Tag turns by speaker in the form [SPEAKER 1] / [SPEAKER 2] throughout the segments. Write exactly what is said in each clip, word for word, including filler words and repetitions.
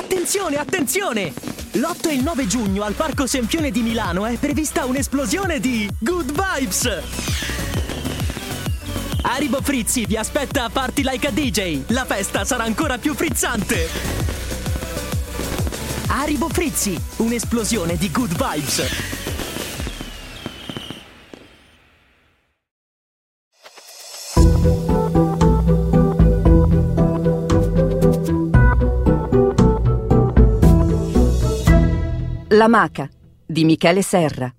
[SPEAKER 1] Attenzione, attenzione! L'otto e il nove giugno al Parco Sempione di Milano è prevista un'esplosione di Good Vibes! Haribo Frizzi vi aspetta a Party Like a D J! La festa sarà ancora più frizzante! Haribo Frizzi, un'esplosione di Good Vibes!
[SPEAKER 2] La Maca di Michele Serra.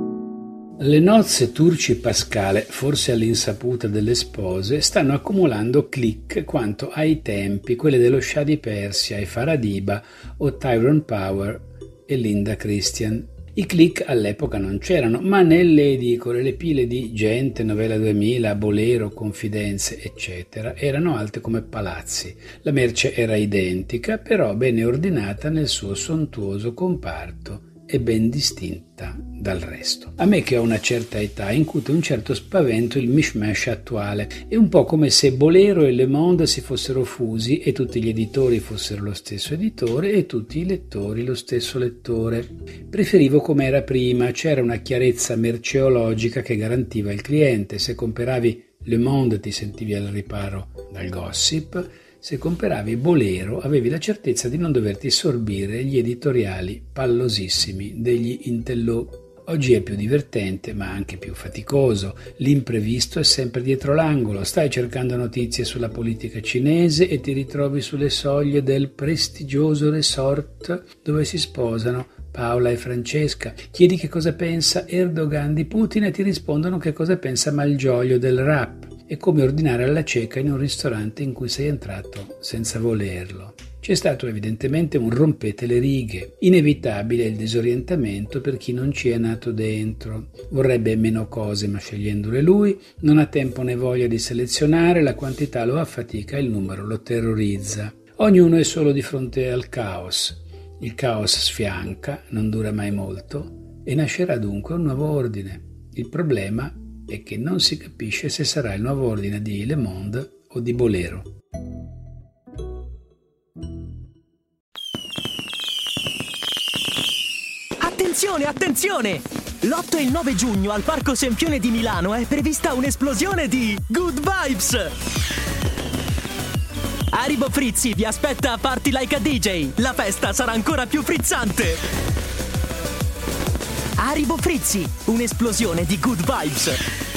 [SPEAKER 3] Le nozze Turci-Pascale, forse all'insaputa delle spose, stanno accumulando click quanto ai tempi quelle dello Shah di Persia e Faradiba o Tyrone Power e Linda Christian. I click all'epoca non c'erano, ma nelle edicole le pile di Gente, Novella duemila, Bolero, Confidenze, eccetera, erano alte come palazzi. La merce era identica, però ben ordinata nel suo sontuoso comparto e ben distinta dal resto. A me, che ho una certa età, incute un certo spavento il mishmash attuale. È un po' come se Bolero e Le Monde si fossero fusi e tutti gli editori fossero lo stesso editore e tutti i lettori lo stesso lettore. Preferivo come era prima, c'era una chiarezza merceologica che garantiva il cliente. Se comperavi Le Monde ti sentivi al riparo dal gossip, se comperavi Bolero avevi la certezza di non doverti sorbire gli editoriali pallosissimi degli intellò. Oggi è più divertente, ma anche più faticoso. L'imprevisto è sempre dietro l'angolo. Stai cercando notizie sulla politica cinese e ti ritrovi sulle soglie del prestigioso resort dove si sposano Paola e Francesca. Chiedi che cosa pensa Erdogan di Putin e ti rispondono che cosa pensa Malgioglio del rap. È come ordinare alla cieca in un ristorante in cui sei entrato senza volerlo. C'è stato evidentemente un rompete le righe. Inevitabile il disorientamento per chi non ci è nato dentro. Vorrebbe meno cose, ma scegliendole lui, non ha tempo né voglia di selezionare, la quantità lo affatica, il numero lo terrorizza. Ognuno è solo di fronte al caos. Il caos sfianca, non dura mai molto, e nascerà dunque un nuovo ordine. Il problema è che non si capisce se sarà il nuovo ordine di Le Monde o di Bolero.
[SPEAKER 1] Attenzione, attenzione! L'otto e il nove giugno al Parco Sempione di Milano è prevista un'esplosione di Good Vibes! Haribo Frizzi vi aspetta a Party Like a D J! La festa sarà ancora più frizzante! Haribo Frizzi, un'esplosione di Good Vibes!